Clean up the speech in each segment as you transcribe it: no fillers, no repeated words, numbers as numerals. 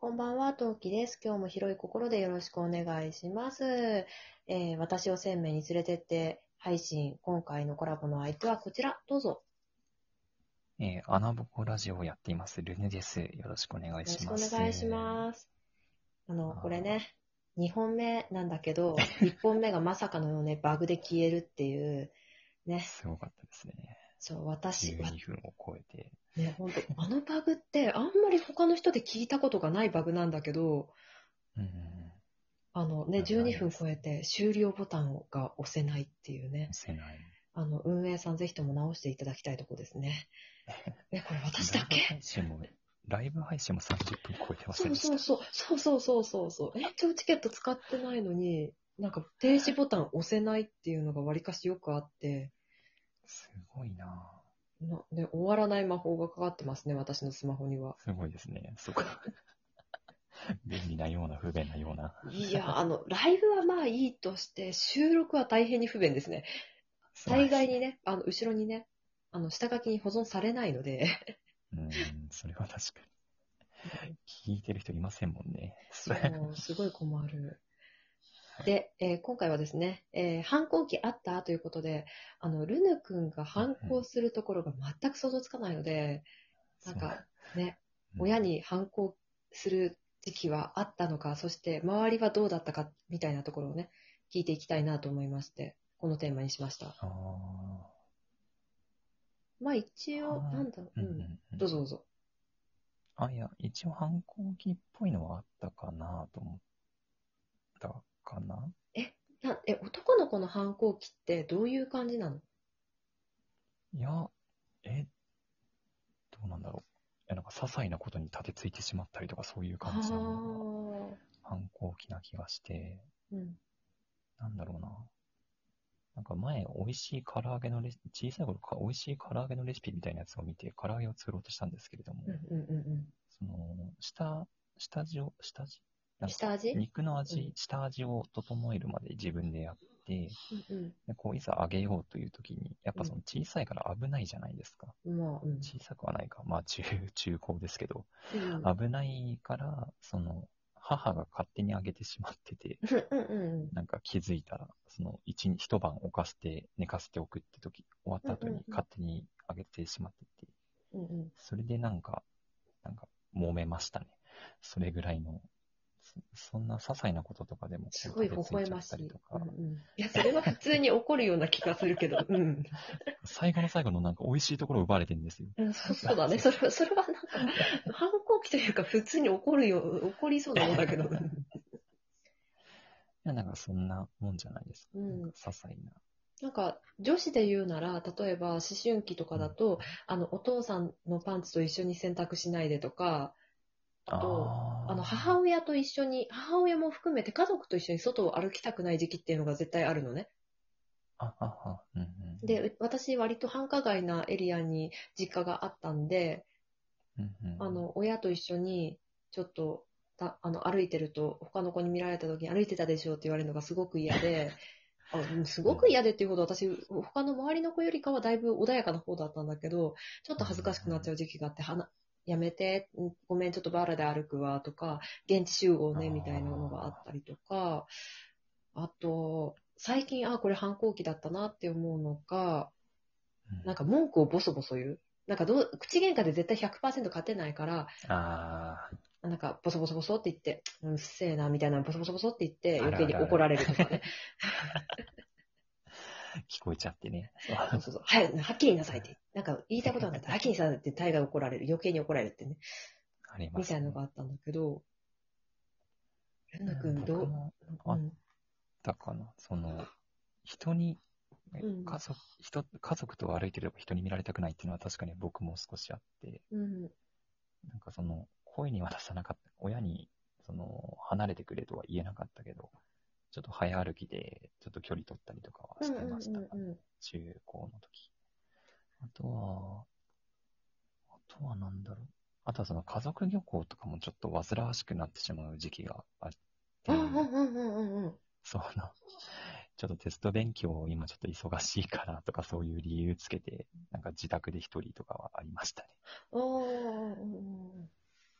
こんばんは、トウキです。今日も広い心でよろしくお願いします。私を鮮明に連れてって配信、今回のコラボの相手はこちら、どうぞ。 穴ぼこラジオをやっています、ルネです。よろしくお願いよろしくします。 お願いします。これあね、2本目なんだけど、1本目がまさかのね、バグで消えるっていう、ね、 すごかったですね。 そう、 12分を超えて。 ね、本当あのバグってあんまり他の人で聞いたことがないバグなんだけど、 うん、 12分ないですね。 超えて終了ボタンが押せないっていうね。 押せない。 運営さんぜひとも直していただきたいとこですね。これ私ライブだけ？ 配信も、30分超えてませんでした。 そうそうそう、そうそうそうそうそう。延長チケット使ってないのに、なんか停止ボタン押せないっていうのがわりかしよくあって、 すごいなで、終わらない魔法がかかってますね、私のスマホには。 すごいですね。そこ。便利なような、不便なような。 いや、ライブはまあいいとして、収録は大変に不便ですね。 そうですね。 大概にね、後ろにね、下書きに保存されないので、 それは確かに。聞いてる人いませんもんね。 そう、すごい困る。で、今回はですね、反抗期あったということで、ルヌ君がうん反抗するところが全く想像つかないので、なんそう。 かね、 うん、 親に反抗する時期はあったのか、そして周りはどうだったかみたいなところをね、聞いていきたいなと思いまして、このテーマにしました。 ああ、 まあ一応、なんだろう、 うんうんうん。 どうぞどうぞ。 いや、一応反抗期っぽいのはあったかなと思ったかな。 え、男の子の反抗期ってどういう感じなの？ いや、どうなんだろう。なんか、些細なことに立てついてしまったりとか、そういうあ感じなのがあ、 反抗期な気がして、 うん。 なんだろうな。なんか前、美味しい唐揚げの小さい頃か、美味しい唐揚げのレシピみたいなやつを見て、唐揚げを作ろうとしたんですけれども、 うんうんうんその、下地なうん。 んか、 下味？ 肉のうん下味を整えるまで自分でやって、 うんでこういざ揚げようという時に、やっうんぱその小さいから危ないじゃないですか。 うん。まあ、うん。 小さくはないか。まあ中高ですけど、 うん。 危ないから、母が勝手に揚げてしまってて、 うんうんなんか気づいたら、一晩置かせて、寝かせておくって時、終わっうんた後にうん勝手に揚げてしまってて、 うんうん。 それでなんか、揉めましたね。それぐらいの、そんな些細なこととかでもこうすごい微立てついちゃったり笑ましい。 とか、 うんうん。いや、それは普通に起こるような気がするけど、うん。 最後の最後のなんか美味しいところを奪われてるんですよ。 うん、そうだね。それはなんか、反抗期というか、普通に起こりそうなもんだけど。 いや、なんかそんなもんじゃないですか。なんかうん。 些細な。 なんか、女子で言うなら、例えば思春期とかうん。 だと、お父さんのパンツと一緒に洗濯しないでとか、あと、母あ親と一緒に、母親も含めて家族と一緒に外を歩きたくない時期っていうのが絶対あるのね。 うんうんで、私割と繁華街なエリアに実家があったんで、 うんうん親と一緒にちょっと歩いてると他の子に見られた時に歩いてたでしょって言われるのがすごく嫌で、すうんうんごく嫌でっていうほど私、他の周りの子よりかはだいぶ穏やかな方だったんだけど、ちょっと恥ずかしくなっちゃう時期があって、やめて、ごめん、ちょっとバーラで歩くわとか、現地集合ね、みたいなのがあっあたりとか、あと、最近、これ反抗期だったなって思うのが、なんか文句をボソボソ言う。なんか口喧嘩で絶対100%勝てないから、なんかボソボソボソって言って、うっせえな、みたいなボソボソボソって言ってあ余るあるある。 計に怒られるとかね。 聞こえちゃってね。そう。 そうそうそう。はっきり言いなさいって。なんか言いたいことなんだったらはっきり言いなさいって大概怒られる。余計に怒られるってね。 ありまみたいなのすね。 があったんだけど、ルナ君僕もあっうん、 たかな。人に、 うん、 家族と歩いてれば人に見られたくないっていうのは確かに僕も少しあって、 うん、 なんか声には出さなかった。親に、離れてくれとは言えなかったけど、ちょっと早歩きで、ちょっと距離取ったりとかはうん、うしてましたん、 かね。 うん。 中高の時。あとは、なんだろう。あとは家族旅行とかもちょっと煩わしくなってしまう時期があっうん、うん、 て、 うん、うん、うん。 ちょっとテスト勉強を今ちょっと忙しいからとかそういう理由つけて、なんか自宅で一人とかはありましたね。 おー、うん、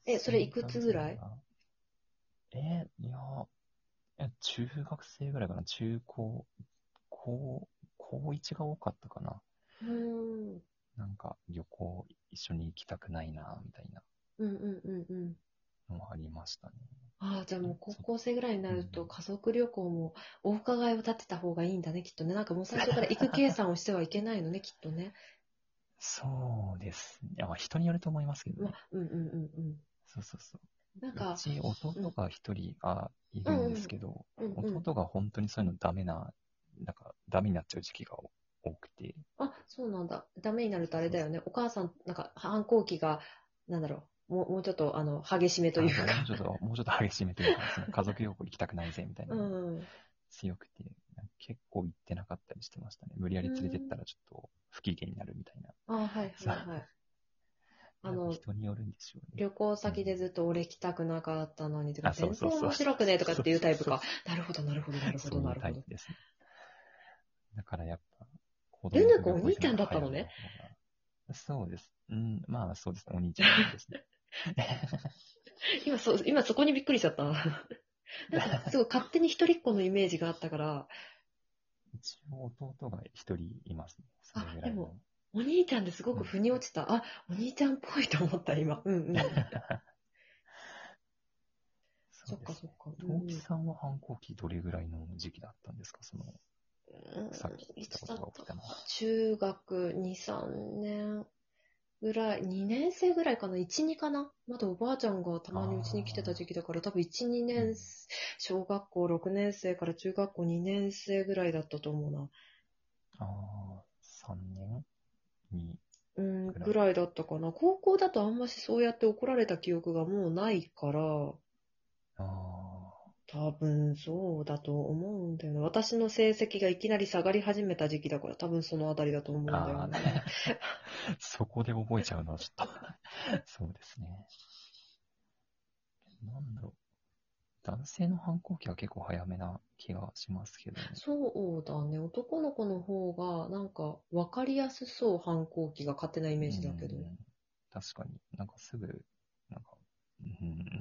それいくつぐらい？ いや、中学生ぐらいかな。中高、高1が多かったかな。 うーん。 なんか旅行一緒に行きたくないな、みたいなうんうんうんうん。 のはありましたね。 ああ、じゃあもう高そ、 校生ぐらいになうん、 ると家族旅行もお伺いを立てた方がいいんだね、きっとね。なんかもう最初から行く計算をしてはいけないのね、きっとね。 そうですね。いや、まあ人によると思いますけどね。 うんうんうんうん。 そうそうそう。うなんか、 ち弟うん、 が一人いるんでうんうんすけど、 うんうん。 弟が本当にそういうのなんかダメになっちゃう時期が多くて。 あ、そうなんだ。ダメになるとそうそうそう。 あれだよね。お母さん、なんか反抗期が、なんだろう。もうちょっと、激しめというか。 そう、もうちょっと激しめというか、その家族旅行行きたくないぜみたいなうのがん。 強くて、結構行ってなかったりしてましたね。無理やうり連れてっん。 たらちょっと不機嫌になるみたいな。 あ、はいそう。 はいはい。あやっぱの、 人によるんでしょうね。 旅行うん。 先でずっと俺来たくなかったのに、とか、 あ、そう全然そうそうそう。 面白くねえとかっていうタイプそうか。なるほど、なるほど、なるほど、 そういうなるほど。 タイプですね。だからやっぱ、子ルヌ供と旅行行くな君お兄ちゃんら早めのだったのね。 方が。そうです。うん、まあそうですね。お兄ちゃんですね。 今そこにびっくりしちゃった。なんか、すごい勝手に一人っ子のイメージがあったから、 一応弟が一人いますね。それあ、 ぐらいの。 でも、お兄ちゃんですごくうん。 腑に落ちた。あ、お兄ちゃんっぽいと思った、今。うんうん。そっそうですね。 かそっか。うんうん。 陶器さんは反抗期どれぐらいの時期だったんですか？さっき言ったこといつだったが起きたのは。 中学2、3年ぐらい、2年生ぐらいかな？ 1、2かな。まだおばあちゃんがたまにうちに来てた時あ期だから、多分1、2 あ、うん。 年、小学校6年生から中学校2年生ぐらいだったと思うな。 ああ、3年にうん、 ぐらい。 ぐらいだったかな。高校だとあんましそうやって怒られた記憶がもうないから、 あ多分そうだと思うんだよね。私の成績がいきなり下がり始めた時期だから、多分そのあたりだと思うんだよあ、 ね。 そこで覚えちゃうのはちょっとそうですね。なんだろう。男性の反抗期は結構早めな気がしますけどね。 そうだね。男の子の方が、なんか、わかりやすそう、反抗期が勝手なイうメージだけど。 ん。確かになんかすぐ、なんか、うん、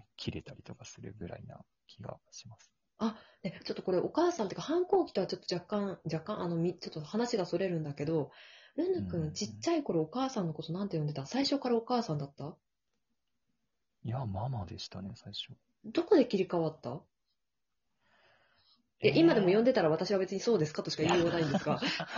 切れたりとかするぐらいな気がします。 あ、ね、ちょっとこれお母さんっていうか反抗期とはちょっと若干、ちょっと話がそれるんだけど、ルうん。 ヌ君ちっちゃい頃お母さんのことなんて呼んでた？最初からお母さんだった？ いや、ママでしたね、最初。 どこで切り替わった？いや、今でも呼んえでたら私は別にそうですかとしかいや、 言いようがないんですが。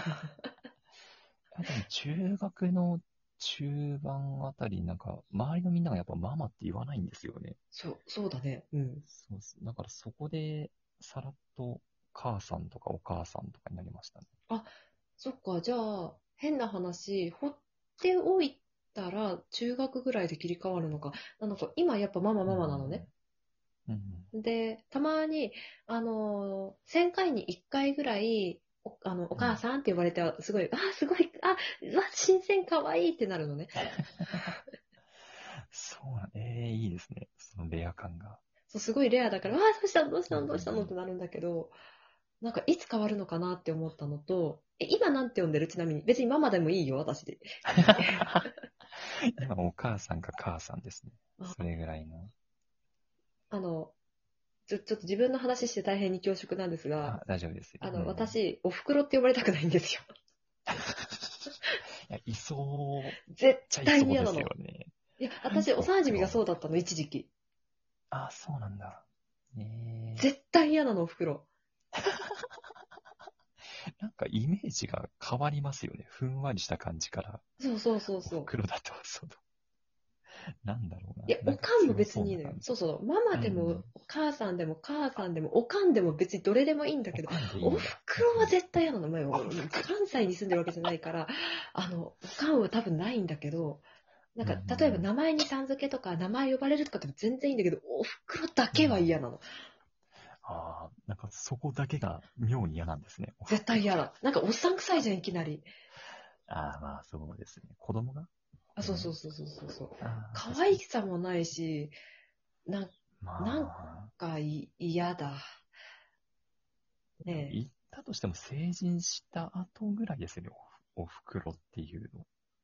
でも中学の中盤あたり、なんか、周りのみんながやっぱママって言わないんですよね。 そうだね。うん。 そうっす。だからそこで、さらっと母さんとかお母さんとかになりましたね。 あ、そっか。じゃあ、変な話、放っておいたら中学ぐらいで切り替わるのか。今やっぱママうん。 ママなのね。 うん。 で、たまに、1000回に1回ぐらい、おうん。 母さんって呼ばれて、すごい、すごい、新鮮かわいいってなるのね。 そうなん、いいですね。そのレア感が。 そう、すごいレアだから、どうしたのどうしうん。 たのどうしたのってなるんだけど、なんかいつ変わるのかなって思ったのと、今なんて呼んでる？ちなみに。別にママでもいいよ、私で。 今、お母さんか母さんですね。 あそれぐらいの。 あの、ちょっと自分の話して大変に恐縮なんですが、 大丈夫ですよ。うん。 私、お袋って呼ばれたくないんですよ。 いや、いそうっ絶ちゃい対そうです嫌なの。 よね。 いや、私、 お幼馴染がそ袋。 うだったの、一時期。 そうなんだ。え絶対嫌なの、お袋。 なんかイメージが変わりますよね。ふんわりした感じから。 そうそうそうおそう。 袋だと、なんだろうな。 いや、 なんかおかんも強別にいいのよ。 そうな感じ。 そうそう。ママでも、 うん。 お母さんでも、母さんでも、おかんでも別にどれでもいいんだけど、 おかんでいいおんだ。 袋は絶対嫌なの。 お関西に住んでるわけじゃないから、おかんは多分ないんだけど、なんうん。 か、例えば名前にさん付けとか、名前呼ばれるとかっても全然いいんだけど、お袋だけはうん。 嫌なの。 なんかそこだけが妙に嫌なんですね。お袋。 絶対嫌だ。なんか、おっさん臭いじゃん、いきなり。 まあそうですね。子供がそう子供。 そうそうそうそうそう。可確かに。 愛さもないし、なんまなんあ、 か嫌だ。 でもね行ったとしても成人した後ぐらいですよね。お袋っていうの。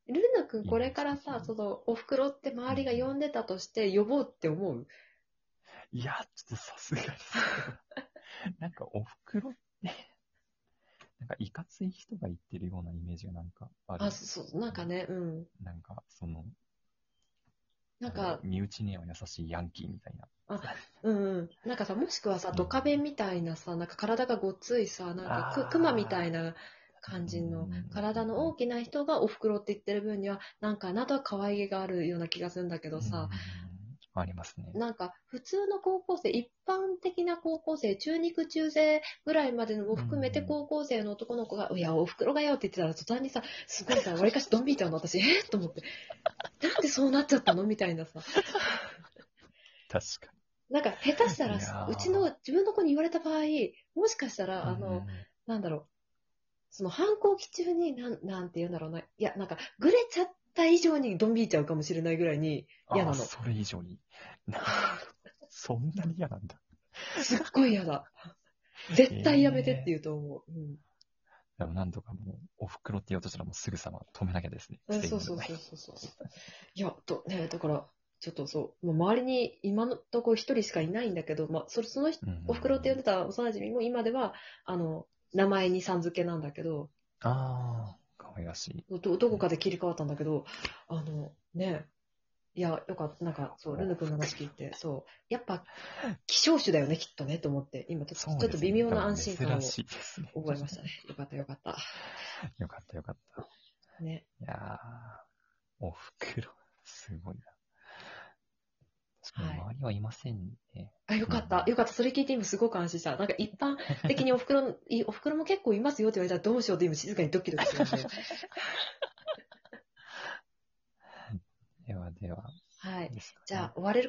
ルナ君これからさ、その、お袋って周りが呼んでたとして呼ぼうって思う？ いや、ちょっとさすがにそれは。なんかお袋って、なんかいかつい人が言ってるようなイメージがなんかある。 そう、なんかね、うん。 なんか、その、 なんか、 なんだろう、身内には優しいヤンキーみたいな。 あ、うんうん。なんかさ、もしくはさ、ドカベンみたいなさ、なんか体がごっついさ、なんかクマみたいあな感じのうん体の大きな人がお袋って言ってる分には、なんかあなたは可愛げがあるような気がするんだけどさ、 ありますね。 なんか普通の高校生、一般的な高校生、中肉中背ぐらいまでのも含めて高校生の男の子が、いや、お袋がよって言ってたら途端にさ、すごいさ、わりかしドン引いちゃうの、私、と思って。なんでそうなっちゃったのみたいなさ。 確かなんか下手したに。 ら、 いや自分の子に言われた場合、もしかしたら、 ー、 なんだろう、その反抗期中に、なんて言うんだろうな。いや、なんか、ぐれちゃった以上にドン引いちゃうかもしれないぐらいに嫌なの。 それ以上に。なるほど。そんなに嫌なんだ。 すっごい嫌だ。絶対やめてって言うと思う。 でもなんとかもう、お袋って言おうとしたらもうすぐさま止めなきゃですね。 そうそうそうそうそう。いや、だから、ちょっとそう、もう周りに今のところ一人しかいないんだけど、まあ、そのお袋って呼んでた幼馴染も今では、名前にさん付けなんだけど、 可愛らしい。 どこかで切り替わったんだけど、ね、いや、よかった、なんか、そう、ルヌ君の話聞いて、そう、やっぱ、希少種だよね、きっとね、と思って、今ちょっと微妙な安心感を珍しいですね。 覚えましたね。よかった、よかった。 よかったよかった。 ね。 いやー、お袋、すごいな。確かにはい。 周りはいませんね。 よかった。よかった。それ聞いて今すごく安心した。なんか一般的にお袋も結構いますよって言われたらどうしようって今静かにドキドキするんで。 ではでは、 はい。 ですかね。 じゃあ終われる